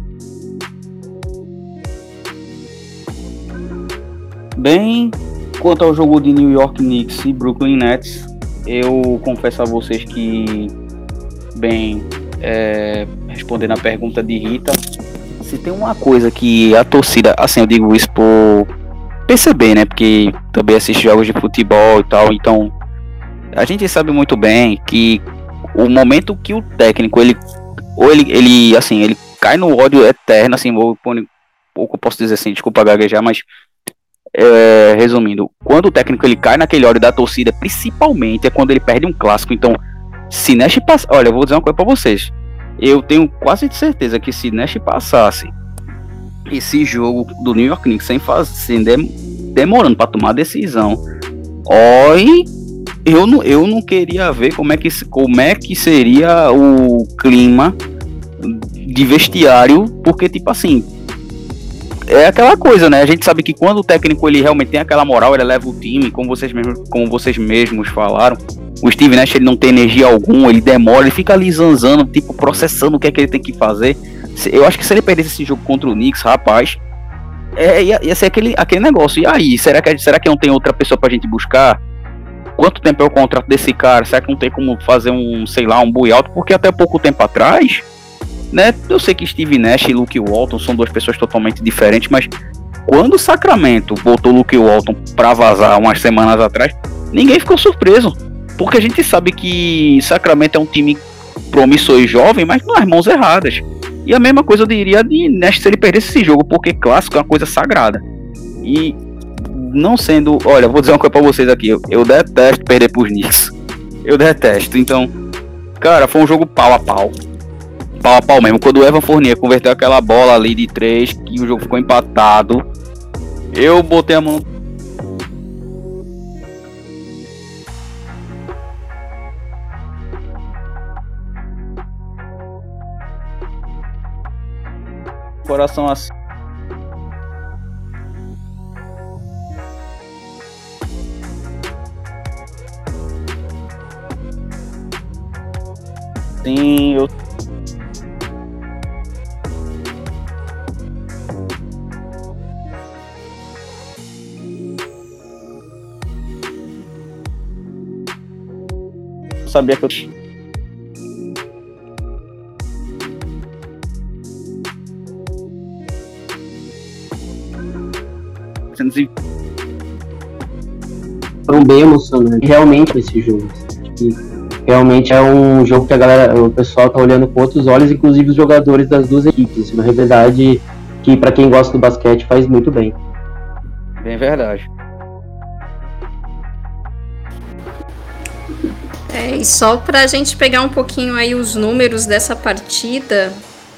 Bem, quanto ao jogo de New York Knicks e Brooklyn Nets, eu confesso a vocês que, bem, é, respondendo a pergunta de Rita, se tem uma coisa que a torcida, assim, eu digo isso por perceber, né, porque também assisto jogos de futebol e tal, então a gente sabe muito bem que o momento que o técnico, ele, ou ele, ele, assim, ele cai no ódio eterno, assim, vou pôr, pouco posso dizer assim, desculpa gaguejar, mas, é, resumindo, quando o técnico, ele cai naquele ódio da torcida, principalmente, é quando ele perde um clássico. Então, se Nash passa, olha, eu vou dizer uma coisa pra vocês, eu tenho quase certeza que se Nash passasse esse jogo do New York Knicks sem fazer, sem dem, demorando pra tomar a decisão, oi... Eu não, eu não queria ver como é, que, como é que seria o clima de vestiário, porque, tipo assim, é aquela coisa, né? A gente sabe que quando o técnico, ele realmente tem aquela moral, ele leva o time, como vocês mesmos, como vocês mesmos falaram, o Steve Nash, ele não tem energia alguma, ele demora, ele fica ali zanzando, tipo, processando o que é que ele tem que fazer. Eu acho que se ele perdesse esse jogo contra o Knicks, rapaz, é, ia, ia ser aquele, aquele negócio. E aí, será que, será que não tem outra pessoa pra gente buscar? Quanto tempo é o contrato desse cara? Será que não tem como fazer um, sei lá, um boi alto? Porque até pouco tempo atrás, né? Eu sei que Steve Nash e Luke Walton são duas pessoas totalmente diferentes, mas quando o Sacramento botou Luke Walton pra vazar umas semanas atrás, ninguém ficou surpreso. Porque a gente sabe que Sacramento é um time promissor e jovem, mas nas mãos erradas. E a mesma coisa eu diria de Nash se ele perdesse esse jogo, porque clássico é uma coisa sagrada. E não sendo, olha, vou dizer uma coisa pra vocês aqui, eu, eu detesto perder pros Knicks, eu detesto, então, cara, foi um jogo pau a pau, pau a pau mesmo. Quando o Evan Fournier converteu aquela bola ali de três, que o jogo ficou empatado, eu botei a mão no coração assim. Sim, eu sabia que eu foram bem emocionantes realmente esse jogo. E realmente é um jogo que a galera, o pessoal tá olhando com outros olhos, inclusive os jogadores das duas equipes. Uma rivalidade que, para quem gosta do basquete, faz muito bem. Bem verdade. É, e só pra gente pegar um pouquinho aí os números dessa partida,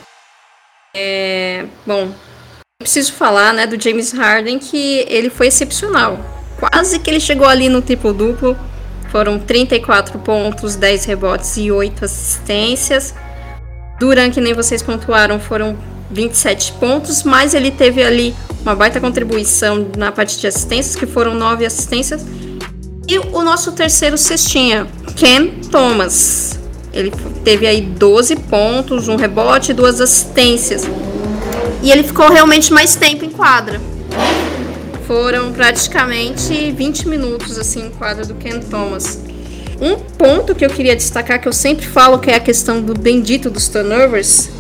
é, bom, preciso falar, né, do James Harden, que ele foi excepcional. Quase que ele chegou ali no triplo-duplo. Foram trinta e quatro pontos, dez rebotes e oito assistências. Duran, que nem vocês pontuaram, foram vinte e sete pontos, mas ele teve ali uma baita contribuição na parte de assistências, que foram nove assistências. E o nosso terceiro cestinha, Cam Thomas. Ele teve aí doze pontos, um rebote e duas assistências. E ele ficou realmente mais tempo em quadra. Foram praticamente vinte minutos assim em quadra do Cam Thomas. Um ponto que eu queria destacar, que eu sempre falo, que é a questão do bendito dos turnovers.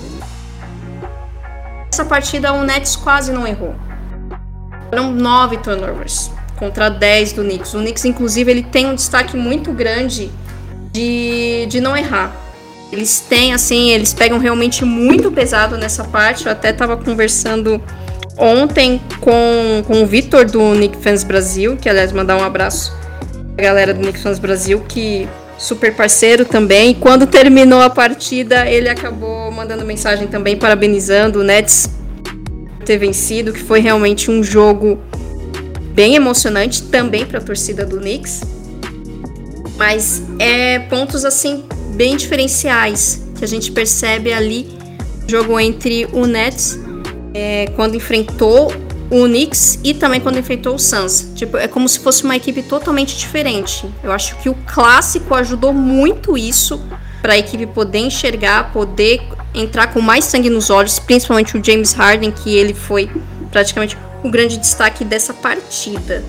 Essa partida o Nets quase não errou. Foram nove turnovers contra dez do Knicks. O Knicks, inclusive, ele tem um destaque muito grande de, de não errar. Eles têm, assim, eles pegam realmente muito pesado nessa parte. Eu até estava conversando ontem com, com o Vitor do Knicks Fans Brasil, que, aliás, mandar um abraço pra galera do Knicks Fans Brasil, que super parceiro também. E quando terminou a partida, ele acabou mandando mensagem também parabenizando o Nets por ter vencido, que foi realmente um jogo bem emocionante também para a torcida do Knicks. Mas é pontos assim bem diferenciais que a gente percebe ali no jogo entre o Nets é, quando enfrentou o Knicks e também quando enfrentou o Suns. Tipo, é como se fosse uma equipe totalmente diferente. Eu acho que o clássico ajudou muito isso para a equipe poder enxergar, poder entrar com mais sangue nos olhos, principalmente o James Harden, que ele foi praticamente o grande destaque dessa partida.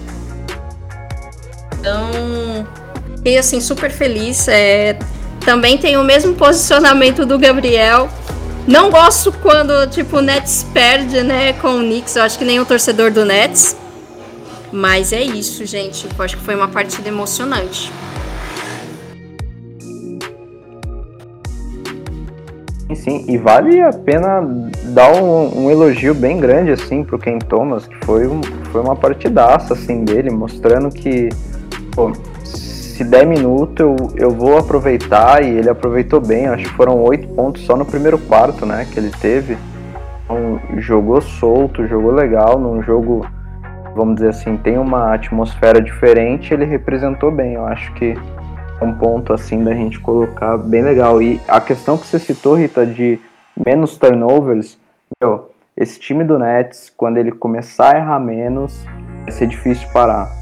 Então, fiquei assim super feliz. É, também tem o mesmo posicionamento do Gabriel. Não gosto quando tipo o Nets perde, né, com o Knicks. Eu acho que nem o torcedor do Nets. Mas é isso, gente. Eu acho que foi uma partida emocionante. Sim, e vale a pena dar um, um elogio bem grande assim pro Cam Thomas, que foi, um, foi uma partidaça assim dele, mostrando que pô, se der minuto eu, eu vou aproveitar, e ele aproveitou bem. Acho que foram oito pontos só no primeiro quarto, né, que ele teve. Então, jogou solto, jogou legal, num jogo, vamos dizer assim, tem uma atmosfera diferente, ele representou bem. Eu acho que um ponto assim da gente colocar bem legal. E a questão que você citou, Rita, de menos turnovers, meu, esse time do Nets, quando ele começar a errar menos, vai ser difícil parar.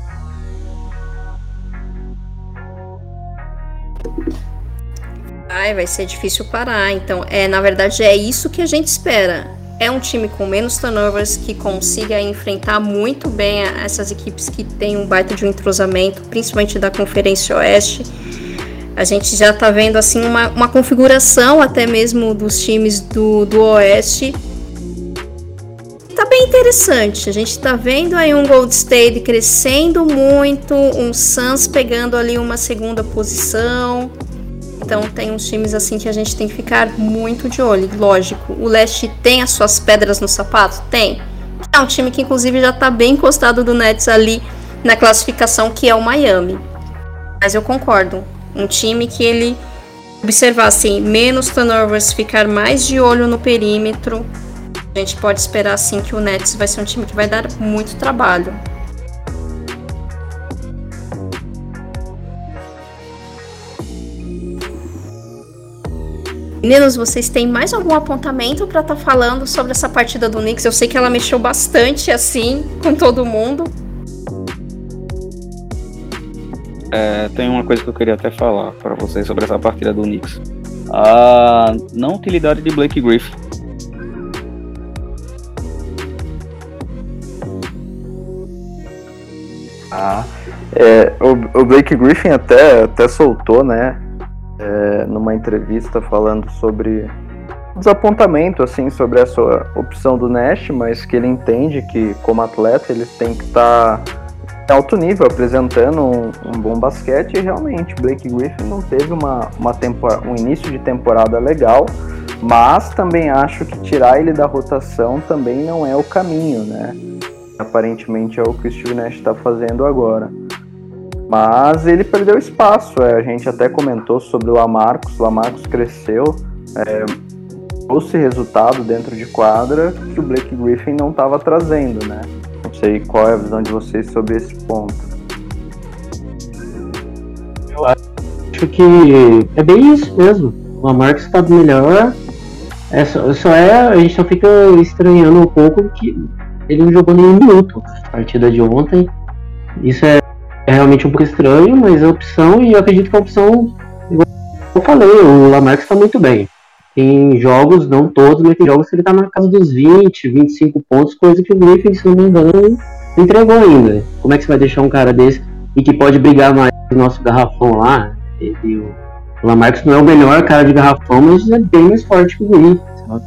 Ai, vai ser difícil parar. Então, é, na verdade, é isso que a gente espera. É um time com menos turnovers, que consiga enfrentar muito bem essas equipes que têm um baita de um entrosamento, principalmente da Conferência Oeste. A gente já tá vendo assim uma, uma configuração até mesmo dos times do, do Oeste. Tá bem interessante. A gente tá vendo aí um Golden State crescendo muito, um Suns pegando ali uma segunda posição. Então tem uns times assim que a gente tem que ficar muito de olho. Lógico, o Leste tem as suas pedras no sapato? Tem. É um time que inclusive já tá bem encostado do Nets ali na classificação, que é o Miami. Mas eu concordo. Um time que ele observar assim, menos turnovers, ficar mais de olho no perímetro, a gente pode esperar assim que o Nets vai ser um time que vai dar muito trabalho. Meninos, vocês têm mais algum apontamento para estar tá falando sobre essa partida do Knicks? Eu sei que ela mexeu bastante assim com todo mundo. É, tem uma coisa que eu queria até falar para vocês sobre essa partida do Knicks. A não utilidade de Blake Griffin. Ah, é, o, o Blake Griffin até, até soltou, né, é, numa entrevista falando sobre desapontamento, assim, sobre essa opção do Nash, mas que ele entende que, como atleta, ele tem que estar em alto nível, apresentando um, um bom basquete, e realmente, Blake Griffin não teve uma, uma tempor- um início de temporada legal, mas também acho que tirar ele da rotação também não é o caminho, né? Aparentemente é o que o Steve Nash está fazendo agora. Mas ele perdeu espaço, é, a gente até comentou sobre o Lamarcus, o Lamarcus cresceu, é, trouxe resultado dentro de quadra que o Blake Griffin não estava trazendo, né? Não sei qual é a visão de vocês sobre esse ponto. Eu acho que é bem isso mesmo. O Lamarcus está melhor, é só, só é, a gente só fica estranhando um pouco que ele não jogou nenhum minuto na partida de ontem. Isso é É realmente um pouco estranho, mas é opção, e eu acredito que a opção, igual eu falei, o Lamarcus está muito bem. Tem jogos, não todos, mas tem jogos que ele está na casa dos vinte, vinte e cinco pontos, coisa que o Griffin, se não me engano, não entregou ainda. Como é que você vai deixar um cara desse e que pode brigar mais no nosso garrafão lá? E, e o Lamarcus não é o melhor cara de garrafão, mas é bem mais forte que o Griffin.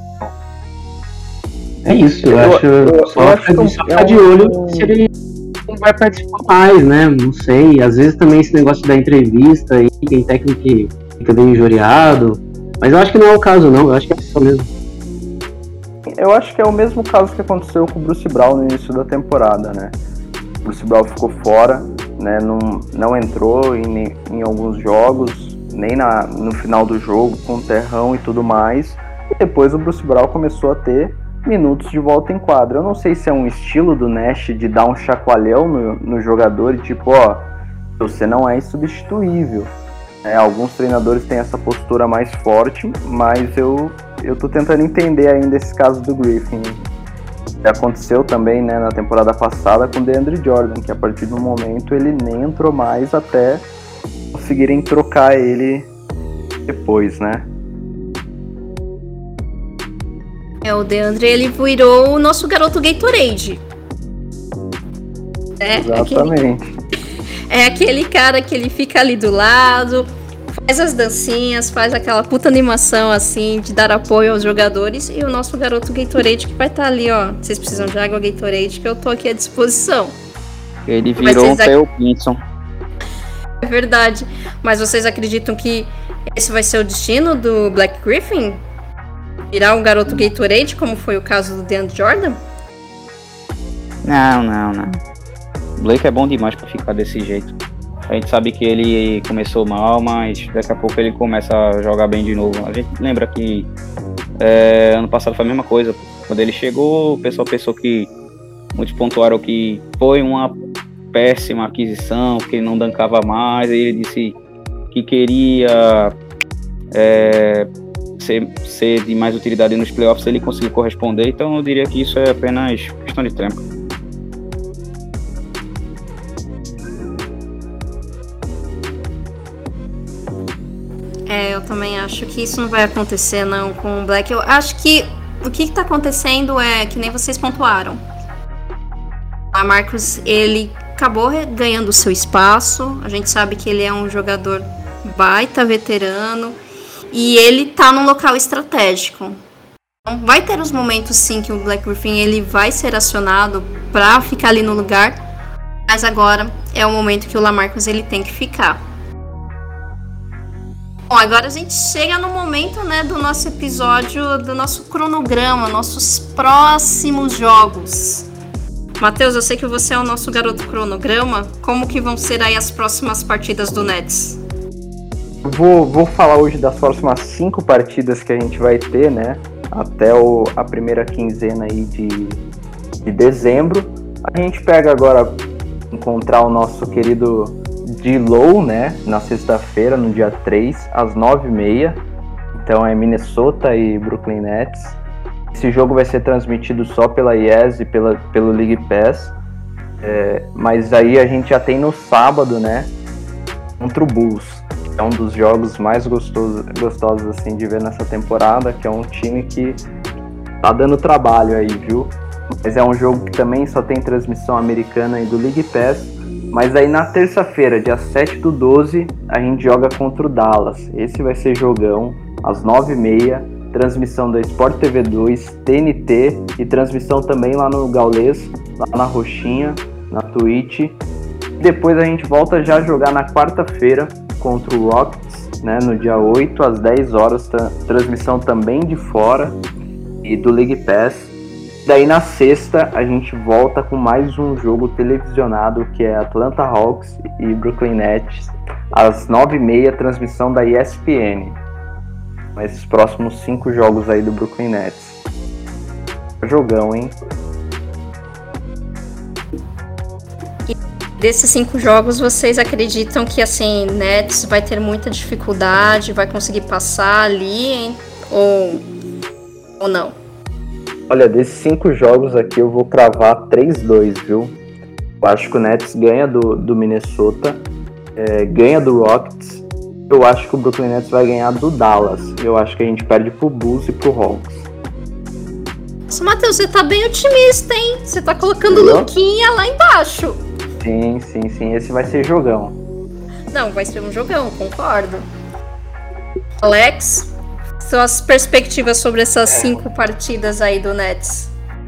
É isso, eu, eu acho. Eu, só eu ficar, acho só ficar é um... de olho se ele vai participar mais, né? Não sei. Às vezes também esse negócio da entrevista aí, tem técnico que fica bem injuriado. Mas eu acho que não é o caso, não. Eu acho que é isso mesmo. Eu acho que é o mesmo caso que aconteceu com o Bruce Brown no início da temporada, né? O Bruce Brown ficou fora, né? Não, não entrou em, em alguns jogos, nem na, no final do jogo, com o terrão e tudo mais. E depois o Bruce Brown começou a ter minutos de volta em quadra. Eu não sei se é um estilo do Nash de dar um chacoalhão no, no jogador e tipo, ó, você não é insubstituível. É, alguns treinadores têm essa postura mais forte, mas eu, eu tô tentando entender ainda esse caso do Griffin. Aconteceu também, né, na temporada passada com o DeAndre Jordan, que a partir do momento ele nem entrou mais até conseguirem trocar ele depois, né? É, o DeAndre, ele virou o nosso garoto Gatorade. É, exatamente. Aquele, é aquele cara que ele fica ali do lado, faz as dancinhas, faz aquela puta animação assim, de dar apoio aos jogadores, e o nosso garoto Gatorade que vai estar tá ali, ó. Vocês precisam de água, Gatorade, que eu tô aqui à disposição. Ele virou um Theo Pinson. É verdade. Mas vocês acreditam que esse vai ser o destino do Black Griffin? Virar um garoto Gatorade, como foi o caso do DeAndre Jordan? Não, não, não. O Blake é bom demais pra ficar desse jeito. A gente sabe que ele começou mal, mas daqui a pouco ele começa a jogar bem de novo. A gente lembra que é, ano passado foi a mesma coisa. Quando ele chegou, o pessoal pensou que muitos pontuaram que foi uma péssima aquisição, que ele não dancava mais. Aí ele disse que queria é, ser, ser de mais utilidade nos playoffs, ele conseguiu corresponder. Então eu diria que isso é apenas questão de tempo. É, eu também acho que isso não vai acontecer não com o Black. Eu acho que o que está acontecendo é que nem vocês pontuaram. A Marcus, ele acabou ganhando o seu espaço. A gente sabe que ele é um jogador baita veterano e ele tá num local estratégico. Então, vai ter os momentos sim que o Black Griffin ele vai ser acionado para ficar ali no lugar, mas agora é o momento que o Lamarcus ele tem que ficar. Bom, agora a gente chega no momento, né, do nosso episódio, do nosso cronograma, nossos próximos jogos. Matheus, eu sei que você é o nosso garoto cronograma. Como que vão ser aí as próximas partidas do Nets? Vou, vou falar hoje das próximas cinco partidas que a gente vai ter, né? Até o, a primeira quinzena aí de, de dezembro. A gente pega agora encontrar o nosso querido D-Low, né? Na sexta-feira, no dia três, às nove e meia. Então é Minnesota e Brooklyn Nets. Esse jogo vai ser transmitido só pela E S e pela, pelo League Pass. É, mas aí a gente já tem no sábado, né? Contra o Bulls. É um dos jogos mais gostosos, gostosos assim, de ver nessa temporada, que é um time que tá dando trabalho aí, viu? Mas é um jogo que também só tem transmissão americana e do League Pass. Mas aí na terça-feira, dia sete do doze, a gente joga contra o Dallas. Esse vai ser jogão, às nove e meia, transmissão da Sport T V dois, T N T e transmissão também lá no Gaulês, lá na Roxinha, na Twitch. Depois a gente volta já a jogar na quarta-feira contra o Rockets, né, no dia oito, às dez horas, tra- transmissão também de fora e do League Pass. Daí na sexta a gente volta com mais um jogo televisionado, que é Atlanta Hawks e Brooklyn Nets, às nove e meia, transmissão da E S P N. Esses próximos cinco jogos aí do Brooklyn Nets. Jogão, hein? E desses cinco jogos, vocês acreditam que, assim, Nets vai ter muita dificuldade, vai conseguir passar ali, hein? Ou, ou não? Olha, desses cinco jogos aqui eu vou cravar três a dois, viu? Eu acho que o Nets ganha do, do Minnesota, é, ganha do Rockets. Eu acho que o Brooklyn Nets vai ganhar do Dallas. Eu acho que a gente perde pro Bulls e pro Hawks. Nossa, Matheus, você tá bem otimista, hein? Você tá colocando o Luquinha lá embaixo. Sim, sim, sim. Esse vai ser jogão. Não, vai ser um jogão, concordo. Alex, suas perspectivas sobre essas cinco partidas aí do Nets?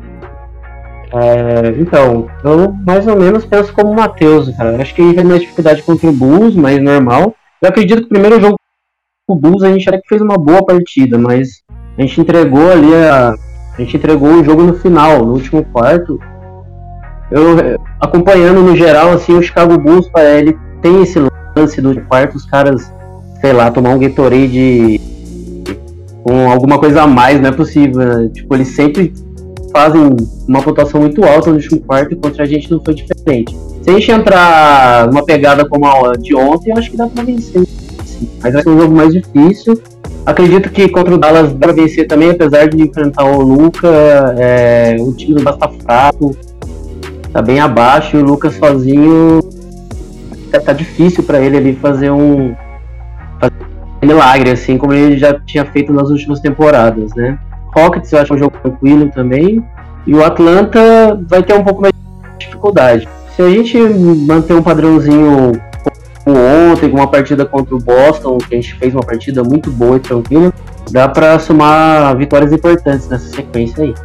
É, então, eu mais ou menos penso como o Matheus, cara. Acho que vai mais dificuldade contra o Bulls, mas normal. Eu acredito que o primeiro jogo com o Bulls a gente até que fez uma boa partida, mas a gente entregou ali a, a gente entregou o jogo no final, no último quarto. Eu acompanhando no geral assim o Chicago Bulls, para ele tem esse lance do quarto, os caras, sei lá, tomar um Gatorade com alguma coisa a mais, não é possível, né? Tipo, eles sempre fazem uma pontuação muito alta no último quarto e contra a gente não foi diferente. Se a gente entrar numa pegada como a de ontem, eu acho que dá pra vencer. Sim. Mas vai ser um jogo mais difícil. Acredito que contra o Dallas dá pra vencer também, apesar de enfrentar o Luka. É, o time do Dallas tá fraco, tá bem abaixo, e o Luka sozinho tá, tá difícil pra ele ali fazer um, fazer um milagre, assim como ele já tinha feito nas últimas temporadas, né? Rockets eu acho um jogo tranquilo também, e o Atlanta vai ter um pouco mais de dificuldade. Se a gente manter um padrãozinho como ontem, com uma partida contra o Boston, que a gente fez uma partida muito boa e tranquila, dá pra somar vitórias importantes nessa sequência aí.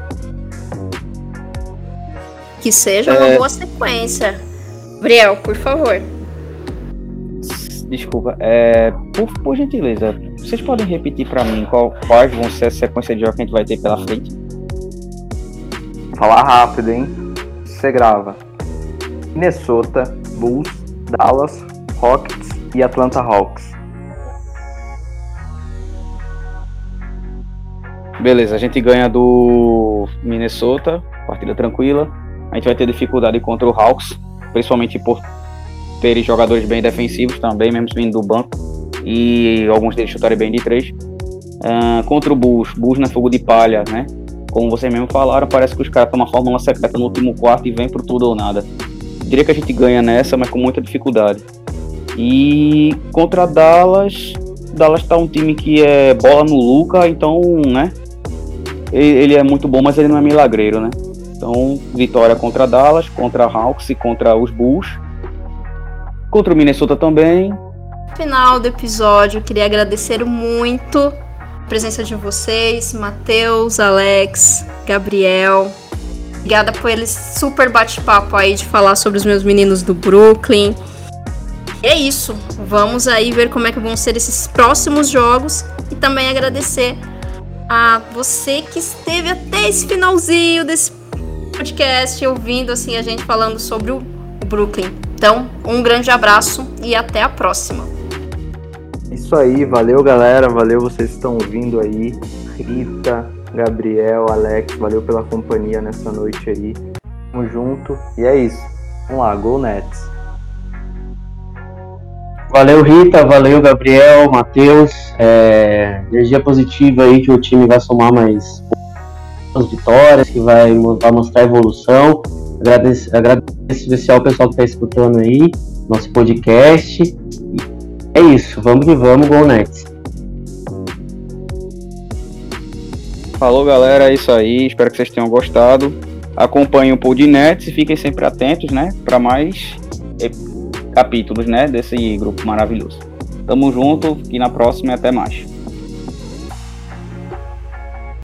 Que seja uma é... boa sequência. Gabriel, por favor. Desculpa, é, por, por gentileza, vocês podem repetir pra mim qual, quais vão ser a sequência de jogos que a gente vai ter pela frente? Falar rápido, hein? Você grava Minnesota, Bulls, Dallas, Rockets e Atlanta Hawks. Beleza, a gente ganha do Minnesota, partida tranquila. A gente vai ter dificuldade contra o Hawks, principalmente por terem jogadores bem defensivos também, mesmo vindo do banco, e alguns deles chutarem bem de três. Uh, contra o Bulls, Bulls na fogo de palha, né? Como vocês mesmo falaram, parece que os caras tomam uma fórmula secreta no último quarto e vem pro tudo ou nada. Diria que a gente ganha nessa, mas com muita dificuldade. E contra Dallas, Dallas tá um time que é bola no Luka, então, né? Ele é muito bom, mas ele não é milagreiro, né? Então, vitória contra Dallas, contra Hawks e contra os Bulls. Contra o Minnesota também. No final do episódio, eu queria agradecer muito a presença de vocês, Matheus, Alex, Gabriel. Obrigada por esse super bate-papo aí de falar sobre os meus meninos do Brooklyn. E é isso. Vamos aí ver como é que vão ser esses próximos jogos. E também agradecer a você que esteve até esse finalzinho desse podcast, ouvindo assim a gente falando sobre o Brooklyn. Então, um grande abraço e até a próxima. Isso aí, valeu galera, valeu vocês que estão ouvindo aí. Rita, Gabriel, Alex, valeu pela companhia nessa noite aí. Tamo junto e é isso. Vamos lá, Go Nets. Valeu Rita, valeu Gabriel, Matheus. É, energia positiva aí que o time vai somar mais vitórias, que vai, vai mostrar evolução. Agradeço, agradeço especial ao pessoal que está escutando aí nosso podcast. É isso, vamos que vamos, Go Nets. Falou galera, é isso aí, espero que vocês tenham gostado. Acompanhem o Pod Nets e fiquem sempre atentos, né, para mais capítulos, né, desse grupo maravilhoso. Tamo junto e na próxima e até mais.